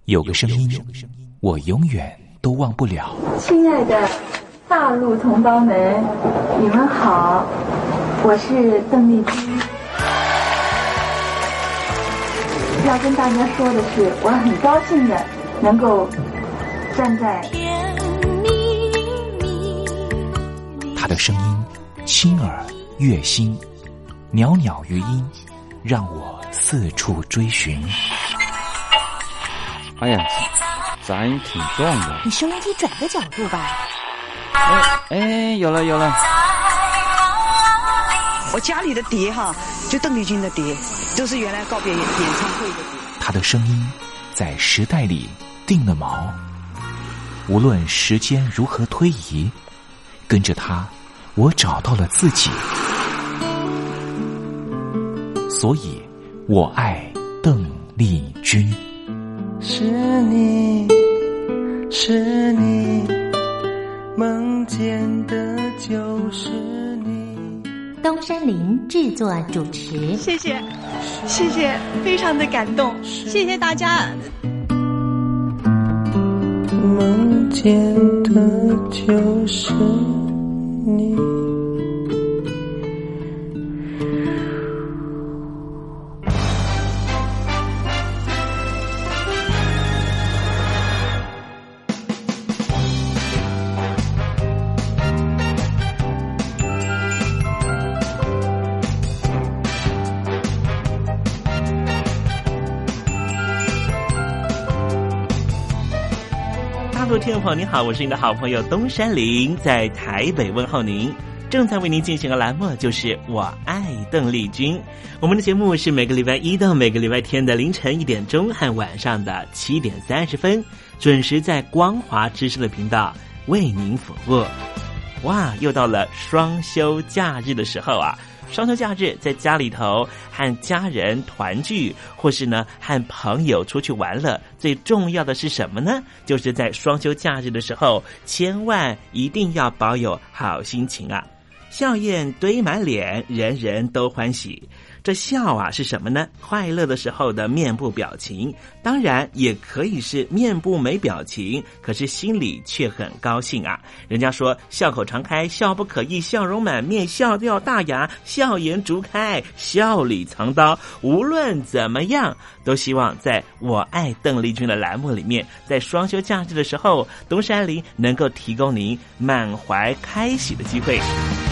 有个声音，我永远都忘不了。 亲爱的大陆同胞们，你们好，我是邓丽君。要跟大家说的是，我很高兴的能够站在他的声音轻耳悦心，袅袅余音，让我四处追寻。 哎呀，咱挺壮的。 你收音机转个角度吧。 哎，有了。 我家里的碟哈，就邓丽君的碟，都是原来告别演唱会的碟。 他的声音在时代里定了锚，无论时间如何推移，跟着他，我找到了自己。所以，我爱邓丽君。 是你，梦见的就是你。 东山林制作主持， 谢谢，非常的感动，谢谢大家。 梦见的就是你。 听众朋友您好，我是您的好朋友东山林，在台北问候您。正在为您进行的栏目就是我爱邓丽君。我们的节目是每个礼拜一到每个礼拜天的凌晨1点钟和晚上的7点30分，准时在光华之声的频道为您服务。哇，又到了双休假日的时候啊！双休假日在家里头和家人团聚，或是呢和朋友出去玩乐，最重要的是什么呢？就是在双休假日的时候，千万一定要保有好心情啊！笑靥堆满脸，人人都欢喜。这笑啊是什么呢？快乐的时候的面部表情，当然也可以是面部没表情，可是心里却很高兴啊。人家说笑口常开，笑不可抑，笑容满面，笑掉大牙，笑颜逐开，笑里藏刀。无论怎么样，都希望在我爱邓丽君的栏目里面，在双休假日的时候，东山林能够提供您满怀开喜的机会。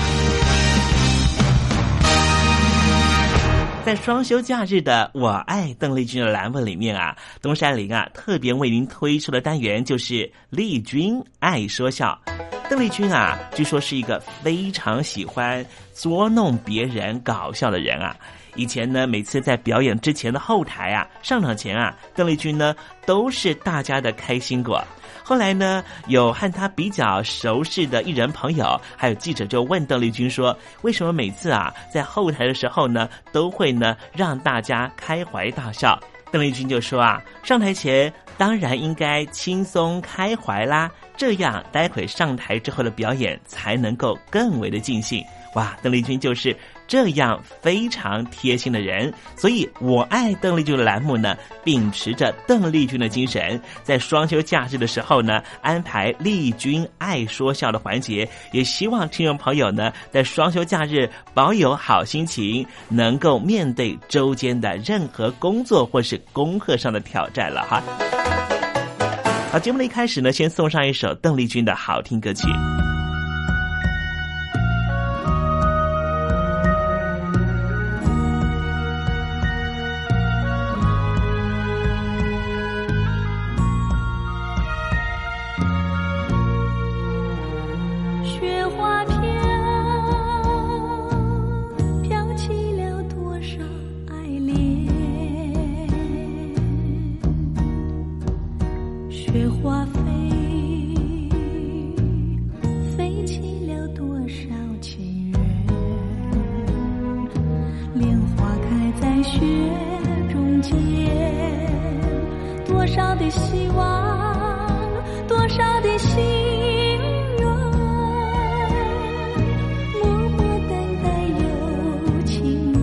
在双休假日的我爱邓丽君的栏目里面啊，东山林啊特别为您推出的单元就是丽君爱说笑。邓丽君啊，据说是一个非常喜欢捉弄别人搞笑的人啊。以前呢，每次在表演之前的后台啊，上场前啊，邓丽君呢都是大家的开心果。后来呢，有和他比较熟识的艺人朋友，还有记者就问邓丽君说，为什么每次啊在后台的时候呢，都会呢让大家开怀大笑？邓丽君就说啊，上台前当然应该轻松开怀啦，这样待会上台之后的表演才能够更为的尽兴。哇，邓丽君就是这样非常贴心的人，所以我爱邓丽君的栏目呢，秉持着邓丽君的精神，在双休假日的时候呢，安排丽君爱说笑的环节，也希望听众朋友呢，在双休假日保有好心情，能够面对周间的任何工作或是功课上的挑战了哈。好，节目的一开始呢，先送上一首邓丽君的好听歌曲。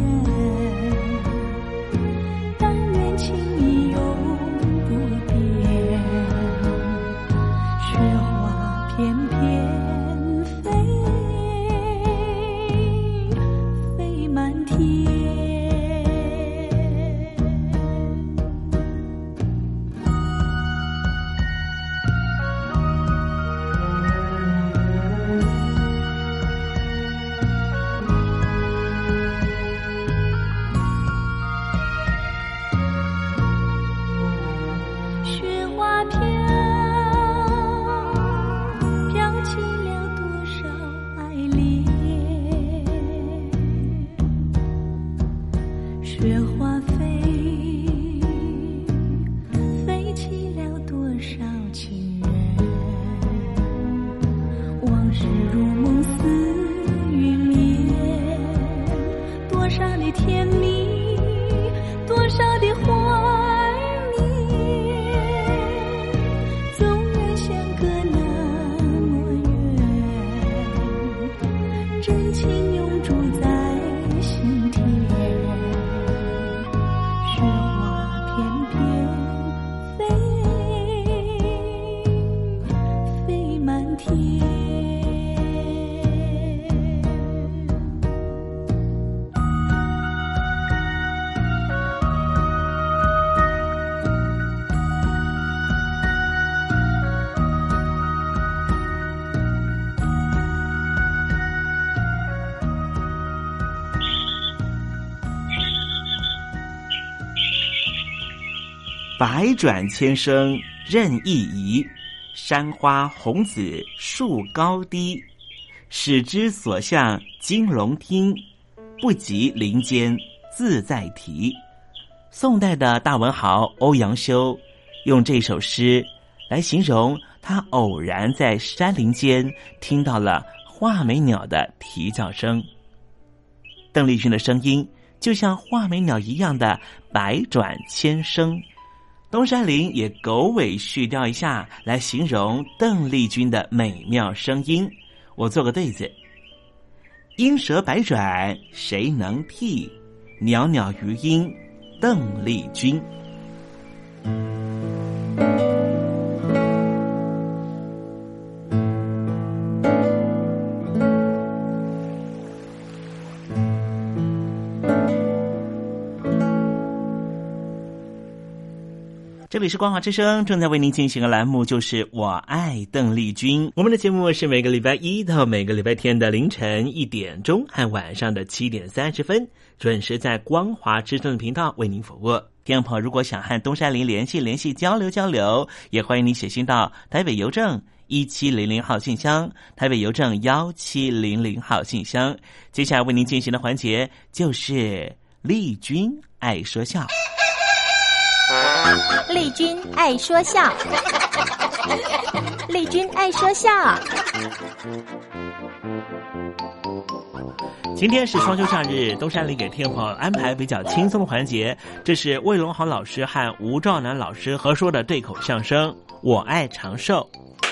但愿情意永不变。 飘，飘起了多少爱恋。雪花飞，飞起了多少情人。往事如梦似云烟，多少的甜蜜，多少的怀念，纵然相隔那么远，真情永驻在心田。雪花翩翩飞，飞满天。 百转千声任意移，山花红紫树高低。使之所向金龙听，不及林间自在啼。宋代的大文豪欧阳修用这首诗来形容他偶然在山林间听到了画眉鸟的啼叫声。邓丽君的声音就像画眉鸟一样的百转千声，东山林也狗尾续貂一下来形容邓丽君的美妙声音。我做个对子：莺蛇百转谁能替，袅袅余音邓丽君。这里是光华之声，正在为您进行的栏目就是我爱邓丽君。我们的节目是每个礼拜一到每个礼拜天的凌晨1点钟和晚上的7点30分，准时在光华之声的频道为您服务。听众朋友如果想和东山林联系交流，也欢迎你写信到台北邮政1700号信箱，台北邮政1700号信箱。接下来为您进行的环节就是丽君爱说笑。 丽君爱说笑，丽君爱说笑。 今天是双休假日，东山林给听众朋友安排比较轻松的环节，这是魏龙豪老师和吴兆南老师合说的对口相声《我爱长寿》。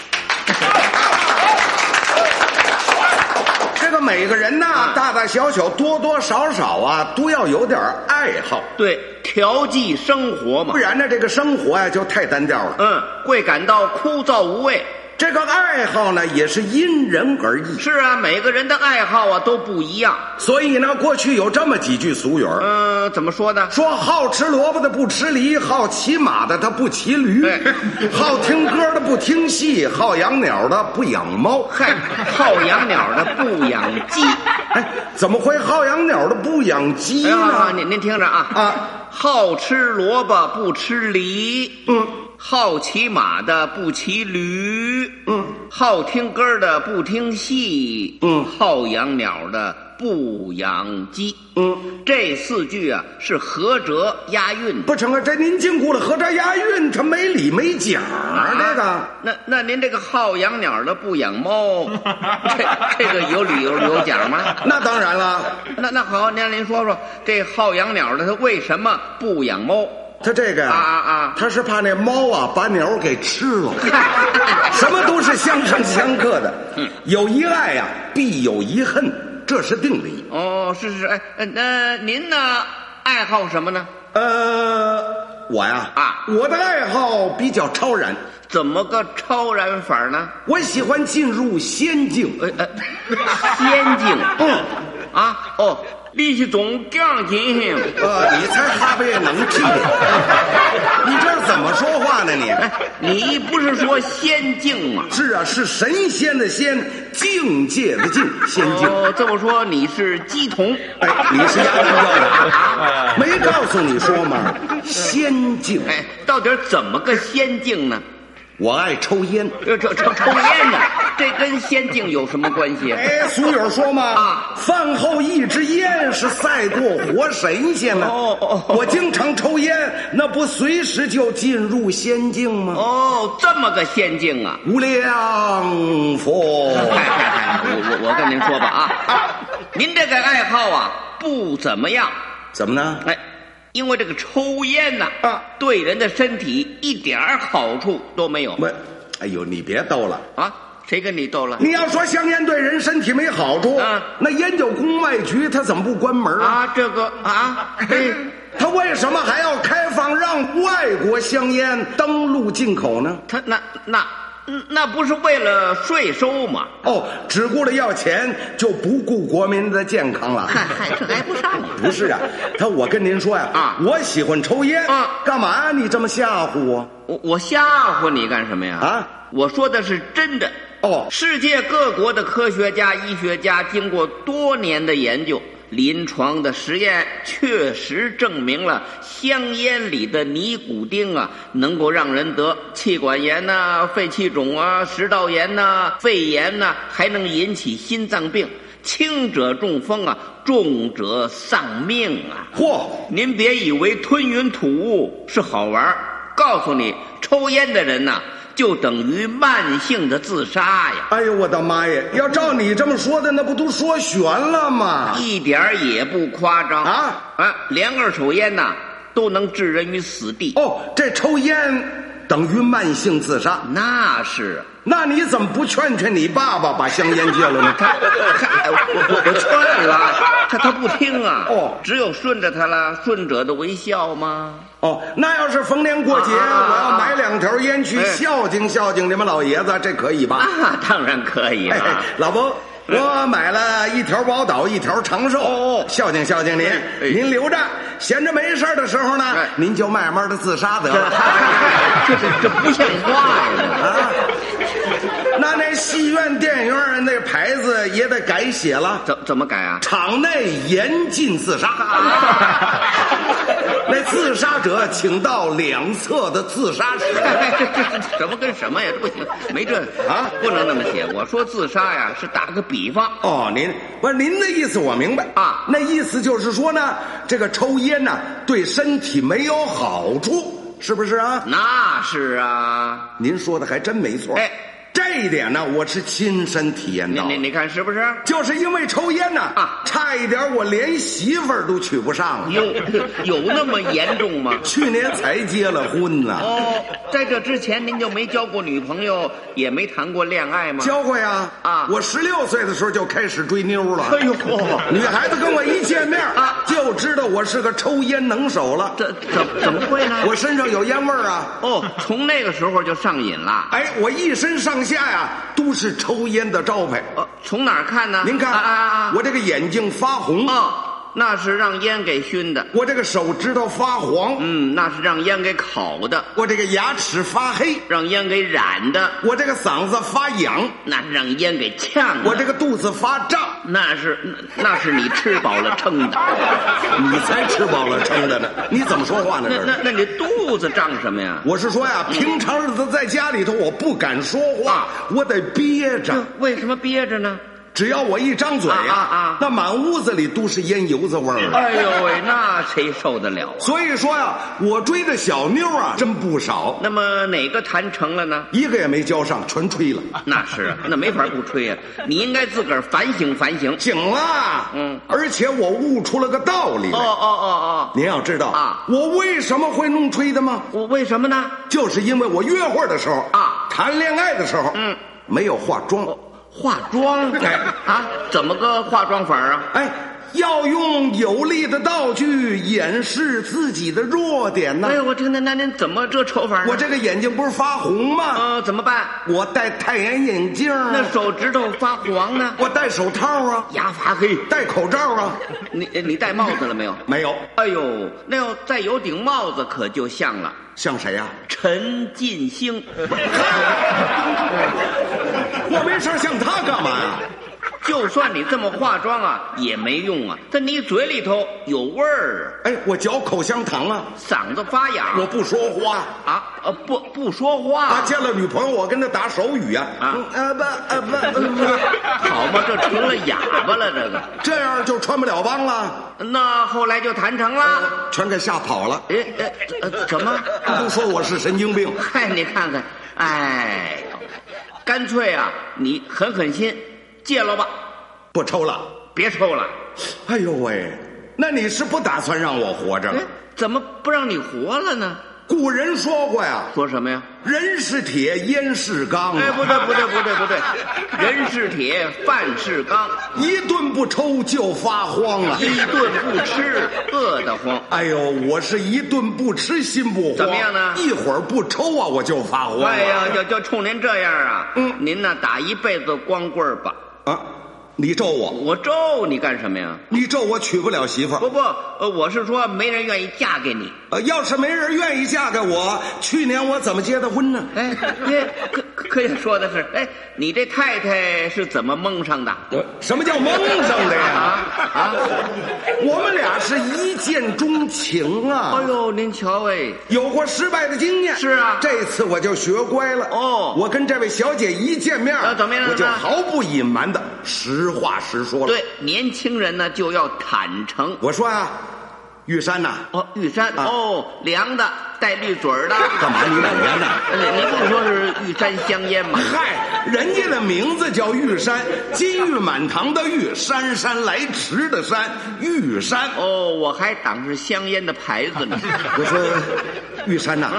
这个每个人呐，大大小小多多少少啊，都要有点爱好， 对，调剂生活嘛， 不然呢，这个生活呀就太单调了， 会感到枯燥无味。 这个爱好呢，也是因人而异。 是啊，每个人的爱好啊都不一样。 所以呢，过去有这么几句俗语怎么说呢？ 说好吃萝卜的不吃梨，好骑马的他不骑驴，好听歌的不听戏，好养鸟的不养猫。 嗨，好养鸟的不养鸡。 哎，怎么会好养鸟的不养鸡呢？ 您听着啊，好吃萝卜不吃梨，好骑马的不骑驴，好听歌的不听戏，好养鸟的不养鸡。这4句啊是合辙押韵。 不成啊，这您禁锢了合辙押韵，这没理没讲啊！这个， 那您这个好养鸟的不养猫，这个有理有讲吗？ 那当然了。 那好，您说说，这好养鸟的他为什么不养猫？ 他这个呀，他是怕那猫啊把鸟给吃了。什么都是相生相克的，有一爱呀，必有一恨，这是定理。 哦，是，那您呢？爱好什么呢？ 我呀，我的爱好比较超然。 怎么个超然法呢？ 我喜欢进入仙境。 仙境？你是总讲进去？ 你才哈贝能屁！你这怎么说话呢你？ 你不是说仙境吗？ 是啊，是神仙的仙，境界的境，仙境。 这么说你是鸡童？ 你是牙根教的，没告诉你说吗？仙境。 到底怎么个仙境呢？ 我爱抽烟。 抽烟呢？这跟仙境有什么关系？ 哎，俗语说嘛， 啊， 饭后一支烟是赛过活神仙呢。我经常抽烟，那不随时就进入仙境吗？ 哦，这么个仙境啊！ 无量佛。 我跟您说吧啊，您这个爱好啊不怎么样。 怎么呢？ 哎，因为这个抽烟呐对人的身体一点好处都没有。 哎呦，你别逗了啊！谁跟你逗了？ 你要说香烟对人身体没好处，那烟酒公卖局他怎么不关门啊？这个啊， 他为什么还要开放让外国香烟登陆进口呢？ 他那不是为了税收吗？ 哦，只顾着要钱，就不顾国民的健康了。 嗨，这还不上？ 不是啊，我跟您说呀，我喜欢抽烟干嘛呀？你这么吓唬我？ 我吓唬你干什么呀？啊，我说的是真的。哦，世界各国的科学家、医学家经过多年的研究，临床的实验确实证明了香烟里的尼古丁啊，能够让人得气管炎呐、肺气肿啊、食道炎呐、肺炎呐，还能引起心脏病，轻者中风啊，重者丧命啊！ 嚯， 您别以为吞云吐雾是好玩，告诉你，抽烟的人呐，就等于慢性的自杀呀！ 哎呦我的妈呀！要照你这么说的，那不都说悬了吗？ 一点也不夸张啊！连二手烟呐都能置人于死地。 哦，这抽烟等于慢性自杀？ 那是。 那你怎么不劝劝你爸爸把香烟戒了呢？ 我劝了，他不听啊。哦，只有顺着他了，顺者的微笑吗？ 哦，那要是逢年过节，我要买2条烟去孝敬孝敬你们老爷子，这可以吧？ 啊，当然可以了。 老伯，我买了1条宝岛，1条长寿，孝敬孝敬您，您留着，闲着没事的时候呢，您就慢慢的自杀得了。 这不像话呀！ 啊，那戏院、电影院那牌子也得改写了。 怎么改啊？ 场内严禁自杀。那自杀者请到2侧的自杀室。 这什么跟什么呀？这不行，没这啊，不能那么写。我说自杀呀，是打个比方。 哦，您的意思我明白啊。那意思就是说呢，这个抽烟呢对身体没有好处，是不是啊？ 那是啊。 您说的还真没错。哎，这一点呢，我是亲身体验到。 你看是不是？ 就是因为抽烟呢，差一点我连媳妇儿都娶不上了。 有那么严重吗？ 去年才结了婚呢。 哦，在这之前您就没交过女朋友，也没谈过恋爱吗？ 交过呀。啊，我16岁的时候就开始追妞了。 哎呦， 女孩子跟我一见面就知道我是个抽烟能手了。 怎么会呢？ 我身上有烟味儿啊。 哦，从那个时候就上瘾了。 哎，我一身上下呀都是抽烟的招牌。 从哪儿看呢？ 您看我这个眼睛发红。 那是让烟给熏的。 我这个手指头发黄。 那是让烟给烤的。 我这个牙齿发黑， 让烟给染的。 我这个嗓子发痒， 那是让烟给呛的。 我这个肚子发胀， 那是你吃饱了撑的。 你才吃饱了撑的呢，你怎么说话呢？ 那你肚子胀什么呀？ 我是说呀，平常日子在家里头我不敢说话，我得憋着。 为什么憋着呢？ 只要我一张嘴那满屋子里都是烟油子味儿。 哎呦喂，那谁受得了啊？ 所以说呀，我追的小妞真不少。 那么哪个谈成了呢？ 一个也没交上，全吹了。 那是啊，那没法不吹啊。你应该自个儿反省反省。 醒了。而且我悟出了个道理来。您要知道我为什么会弄吹的吗？ 我为什么呢？ 就是因为我约会的时候谈恋爱的时候没有化妆。 化妆？怎么个化妆法啊？ 要用有力的道具掩饰自己的弱点呢。 我听那您怎么这丑法呢？ 我这个眼睛不是发红吗？ 怎么办？ 我戴太阳眼镜。 那手指头发黄呢？ 我戴手套啊。 牙发黑。 戴口罩啊。 你戴帽子了没有？ 没有。 哎呦，那要再有顶帽子可就像了。 像谁呀？ 陈进兴。 我没事像他干嘛呀？ 就算你这么化妆啊，也没用啊，这你嘴里头有味儿啊。哎，我嚼口香糖啊， 嗓子发哑。 我不说话啊，不说话。 他见了女朋友，我跟他打手语啊。 好嘛，这成了哑巴了， 这样就穿不了帮了。 那后来就谈成了， 全给吓跑了。 怎么？ 都说我是神经病。 嗨，你看看，哎，干脆啊，你狠心戒了吧， 不抽了， 别抽了。 哎呦喂，那你是不打算让我活着？ 怎么不让你活了呢？ 古人说过呀， 说什么呀？ 人是铁，烟是钢。 哎，不对，人是铁，饭是钢。 一顿不抽就发慌啊， 一顿不吃饿得慌。 哎呦，我是一顿不吃心不慌。 怎么样呢？ 一会儿不抽啊，我就发慌。 哎呀，就冲您这样啊，您呢打一辈子光棍吧。 啊。你咒我， 我咒你干什么呀？ 你咒我娶不了媳妇。 不，我是说没人愿意嫁给你。 要是没人愿意嫁给我，去年我怎么结的婚呢？ 哎，可以说的是，哎，你这太太是怎么蒙上的？ 什么叫蒙上的呀？我们俩是一见钟情啊！ 哎呦，您瞧哎， 有过失败的经验。 是啊， 这次我就学乖了。 哦， 我跟这位小姐一见面， 怎么样？ 我就毫不隐瞒的实话实说了。 对，年轻人呢就要坦诚。 我说啊，玉山呐， 玉山，凉的，带绿嘴的。 干嘛你买烟呢？ 您不说是玉山香烟吗？ 嗨，人家的名字叫玉山，金玉满堂的玉，姗姗来迟的姗，玉山。 我还当是香烟的牌子呢。 我说，玉山呐，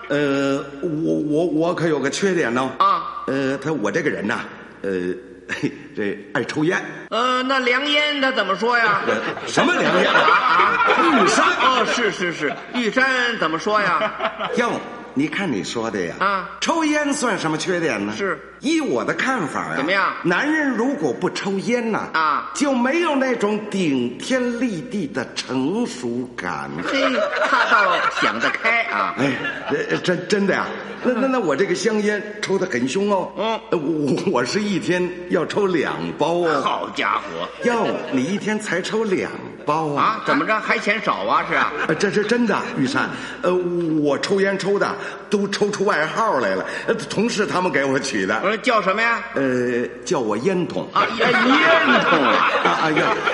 我可有个缺点呢。我这个人呐，这爱抽烟。 那凉烟他怎么说呀？ 什么凉烟玉山。 是，玉山怎么说呀？ 哟，你看你说的呀，抽烟算什么缺点呢？ 是， 依我的看法呀， 怎么样？ 男人如果不抽烟呐，就没有那种顶天立地的成熟感。 嘿，他倒想得开啊！ 哎，真的呀。那我这个香烟抽得很凶哦。我是一天要抽2包哦。 好家伙！ 哟，你一天才抽2包啊？ 怎么着还嫌少啊？是啊。 这是真的，玉山。我抽烟抽的都抽出外号来了，同事他们给我取的。 叫什么呀？ 叫我烟筒啊，烟筒啊！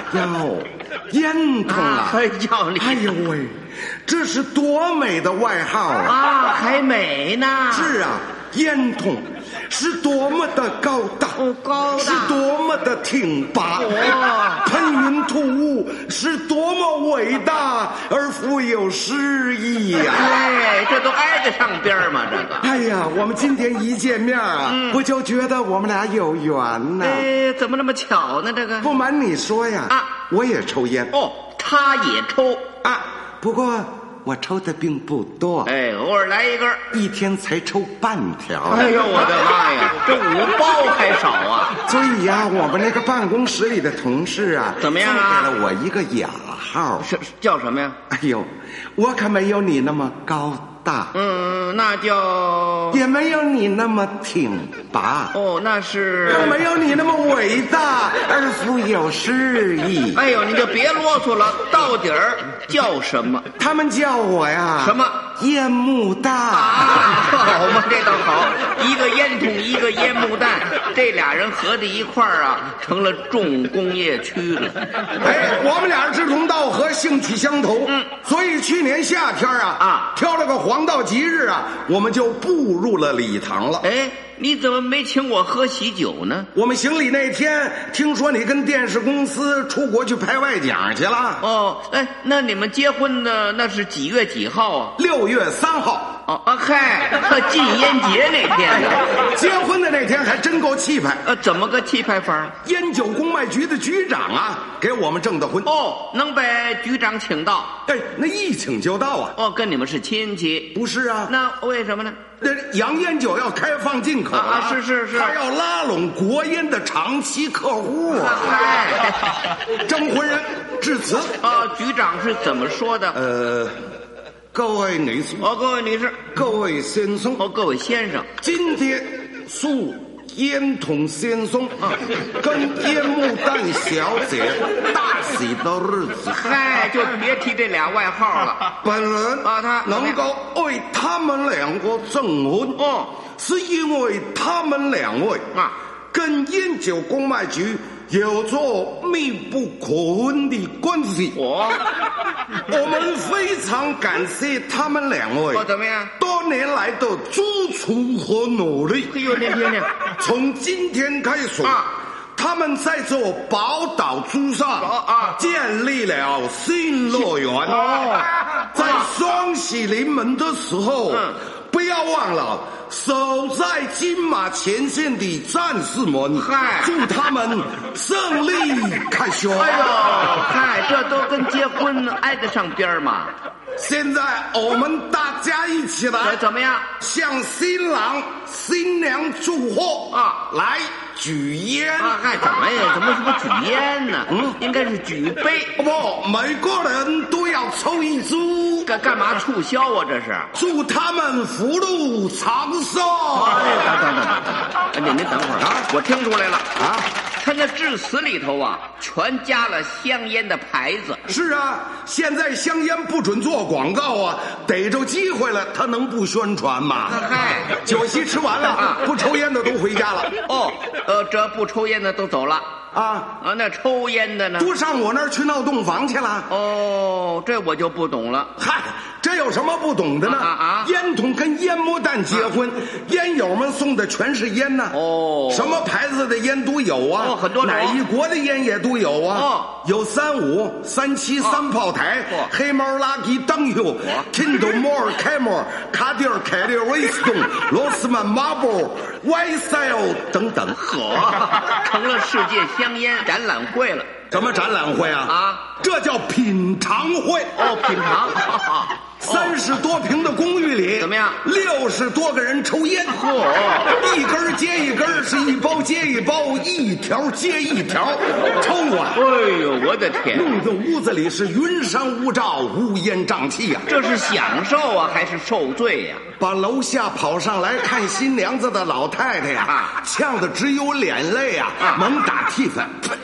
烟筒啊！ 还叫你！ 哎呦喂，这是多美的外号啊！还美呢！ 是啊，烟筒是多么的高大，是多么的挺拔，喷云吐雾是多么伟大而富有诗意呀！ 哎，这都挨得上边吗？这个， 哎呀，我们今天一见面啊，我就觉得我们俩有缘呐。 哎，怎么那么巧呢？这个不瞒你说呀，我也抽烟。 他也抽啊，不过我抽的并不多， 偶尔来一根， 一天才抽半条。 哎呦，我的妈呀，这5包还少啊！ 所以呀，我们那个办公室里的同事啊， 怎么样啊？ 给了我一个雅号， 是叫什么呀？ 哎呦，我可没有你那么高大， 那叫也没有你那么挺拔， 那是更没有你那么伟大而富有诗意。 哎呦，你就别啰嗦了，到底儿叫什么？ 他们叫我呀， 什么？ 烟幕弹。 好嘛，这倒好，一个烟筒，一个烟幕弹，这俩人合在一块儿啊，成了重工业区了。 我们俩志同道合，兴趣相投，所以去年夏天挑了个黄道吉日啊，我们就步入了礼堂了。 你怎么没请我喝喜酒呢？ 我们行礼那天，听说你跟电视公司出国去拍外景去了。 那你们结婚的那是几月几号啊 ？6月3号。 禁烟节那天呢？ 结婚的那天还真够气派。 怎么个气派法？ 烟酒公卖局的局长啊，给我们证的婚。 能被局长请到？ 那一请就到啊。 跟你们是亲戚？ 不是啊。 那为什么呢？ 洋烟酒要开放进口是， 他要拉拢国烟的长期客户啊。征婚人致辞。 局长是怎么说的？ 各位女士， 各位女士， 各位先生， 各位先生， 今天是烟筒先生跟烟幕弹小姐大喜的日子。 嗨，就别提这俩外号了。 本人他能够为他们两个证婚，是因为他们两位跟烟酒公卖局有着密不可分的关系。我们非常感谢他们两位怎么样？ 多年来的支持和努力。 哎呦，您听听， 从今天开始他们在这宝岛之上建立了新乐园。在双喜临门的时候，不要忘了守在金马前线的战士们，祝他们胜利凯旋。 哎呦，这都跟结婚挨得上边吗？ 现在我们大家一起来， 怎么样？ 向新郎新娘祝贺来举烟怎么呀？怎么是不举烟呢？应该是举杯。 不，每个人都要抽一支。 干嘛促销啊？这是祝他们福禄长寿。 您等会儿我听出来了他那致辞里头全加了香烟的牌子。 是啊，现在香烟不准做广告逮着机会了，他能不宣传吗？酒席吃完了不抽烟的都回家了。 这不抽烟的都走了那抽烟的呢？ 都上我那儿去闹洞房去了。 这我就不懂了。 这有什么不懂的呢？烟筒跟烟幕弹结婚，烟友们送的全是烟呢。什么牌子的烟都有很多种。 哪一国的烟也都有有35、37、3炮台、黑猫拉基灯油、Kindle More Camel、卡地尔凯利威斯顿、罗斯曼 Marlboro、YSL 等等。 成了世界香烟展览会了。 什么展览会这叫品尝会。 品尝。 30多平的公寓里， 怎么样 ？60多个人抽烟，一根接一根，是一包接一包，一条接一条抽哎呦，我的天！ 弄得屋子里是云山雾罩，乌烟瘴气这是享受还是受罪呀？ 把楼下跑上来看新娘子的老太太呛得只有眼泪猛打涕粉。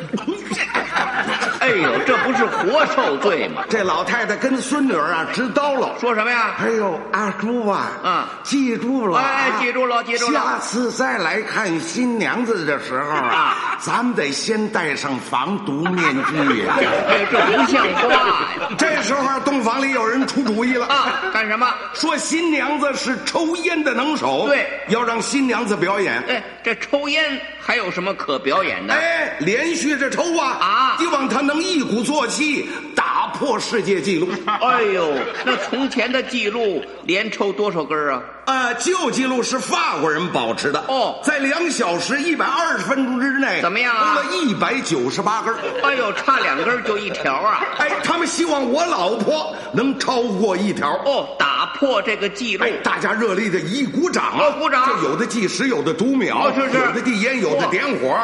哎呦，这不是活受罪吗？ 这老太太跟孙女直叨唠， 说什么呀？ 哎呦，阿叔记住了， 记住了。 下次再来看新娘子的时候咱们得先戴上防毒面具呀。 这不像话呀！ 这时候洞房里有人出主意了干什么？ 说新娘子是抽烟的能手， 对， 要让新娘子表演。 这抽烟还有什么可表演的？ 连续着抽希望他能一鼓作气打破世界纪录。 哎呦，那从前的记录连抽多少根旧记录是法国人保持的在2小时120分钟之内， 怎么样抽了198根。 哎呦，差2根就一条他们希望我老婆能超过1条打破这个记录。 大家热烈的一鼓掌鼓掌。 这有的计时，有的读秒，有的递烟，有的点火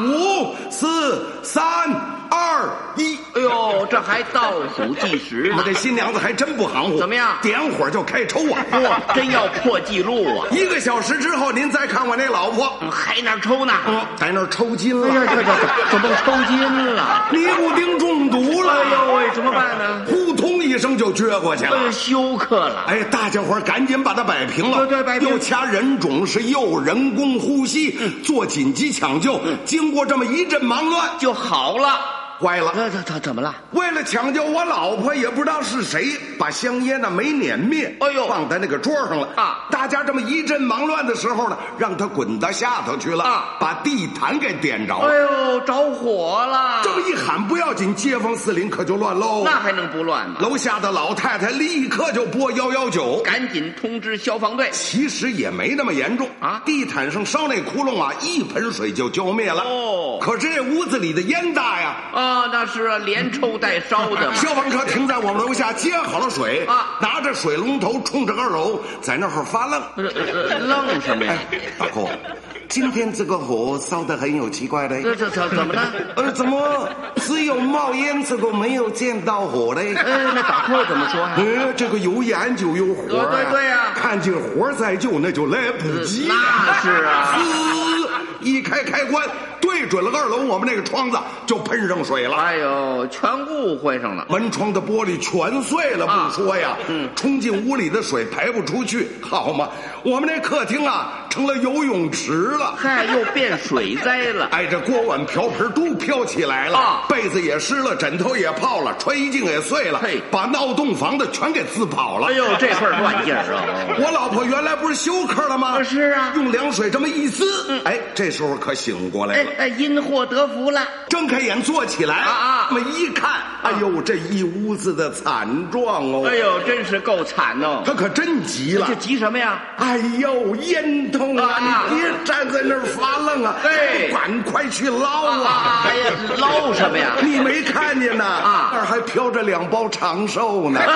5、4、3、2、1。 哎呦，这还倒数计时呢。 这新娘子还真不含糊。 怎么样？ 点火就开抽真要破纪录 1个小时之后，您再看我那老婆还那抽呢在那抽筋了。 怎么抽筋了？ 尼古丁中毒了。 哎呦喂，怎么办呢？ 扑通一声就撅过去了。 休克了。 大家伙赶紧把他摆平了。 对，摆平。 又掐人种，是又人工呼吸，做紧急抢救。经过这么一阵忙乱， 就好了。 坏了， 怎么了？ 为了抢救我老婆，也不知道是谁把香烟没碾灭，放在那个桌上了大家这么一阵忙乱的时候呢，让他滚到下头去了把地毯给点着了。 哎呦，着火了！ 这么一喊不要紧，街坊四邻可就乱喽。 那还能不乱吗？ 楼下的老太太立刻就拨119， 赶紧通知消防队。 其实也没那么严重地毯上烧那窟窿一盆水就浇灭了。可是这屋子里的烟大呀那是连抽带烧的。 消防车停在我们楼下，接好了水拿着水龙头冲着2楼，在那儿发愣。 愣什么呀？ 大哥，今天这个火烧得很有奇怪的。 这怎么了？ 怎么只有冒烟，这个没有见到火嘞？ 那大哥怎么说这个有烟就有火对呀。 看见火再救，那就来不及。 那是一开开关，对准了2楼我们那个窗子，就喷上水了。 哎呦，全误会上了， 门窗的玻璃全碎了，不说呀，冲进屋里的水排不出去，好嘛，我们那客厅啊成了游泳池了， 嗨，又变水灾了。 哎，这锅碗瓢盆都飘起来了，被子也湿了，枕头也泡了，穿衣镜也碎了， 嘿， 把闹洞房的全给自跑了。 哎呦，这份乱劲儿啊！ 我老婆原来不是休克了吗？ 是啊， 用凉水这么一滋，哎，这时候可醒过来了， 哎，因祸得福了， 睁开眼坐起来那么一看，哎呦，这一屋子的惨状哦！ 哎呦，真是够惨哦！ 他可真急了， 这急什么呀？ 哎呦，烟囱啊！你别站在那儿发愣啊！ 哎， 赶快去捞啊！ 哎呀，捞什么呀？ 你没看见呢？那儿还飘着2包长寿呢。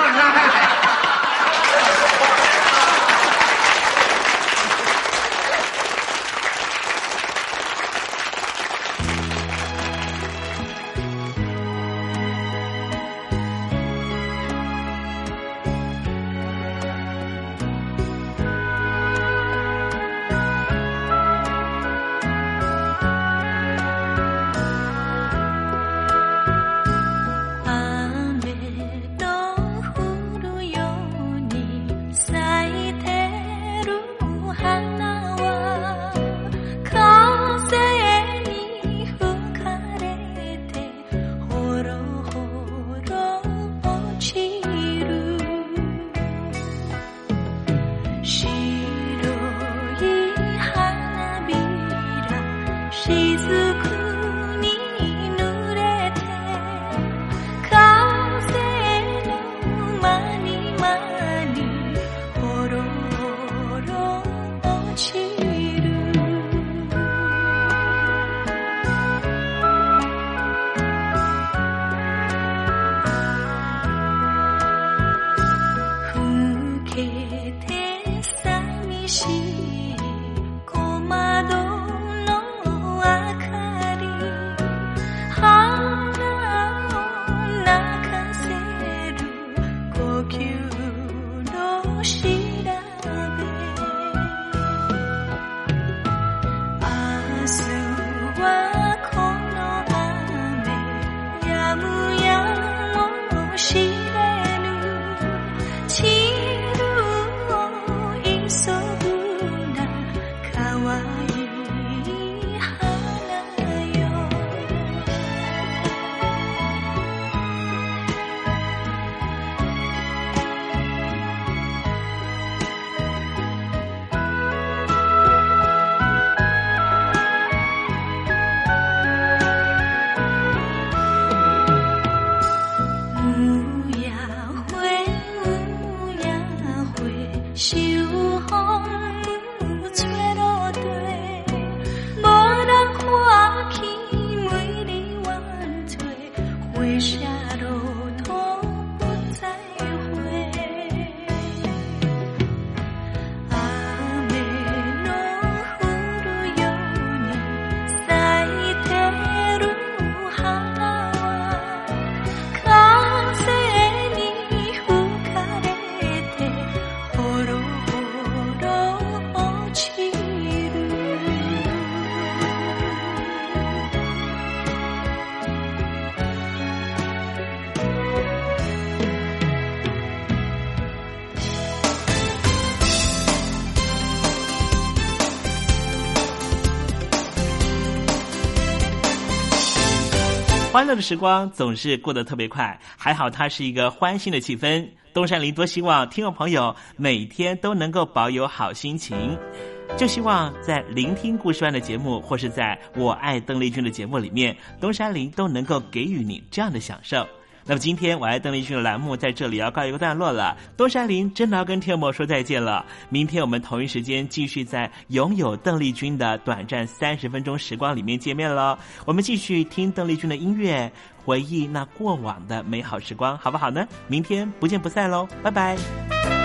欢乐的时光总是过得特别快，还好它是一个欢欣的气氛。东山林多希望听众朋友每天都能够保有好心情，就希望在聆听故事湾的节目，或是在我爱邓丽君的节目里面，东山林都能够给予你这样的享受。那么今天我爱邓丽君的栏目在这里要告一个段落了，东山林真的要跟听众朋友说再见了。明天我们同一时间继续在拥有邓丽君的短暂30分钟时光里面见面了，我们继续听邓丽君的音乐，回忆那过往的美好时光，好不好呢？明天不见不散喽，拜拜。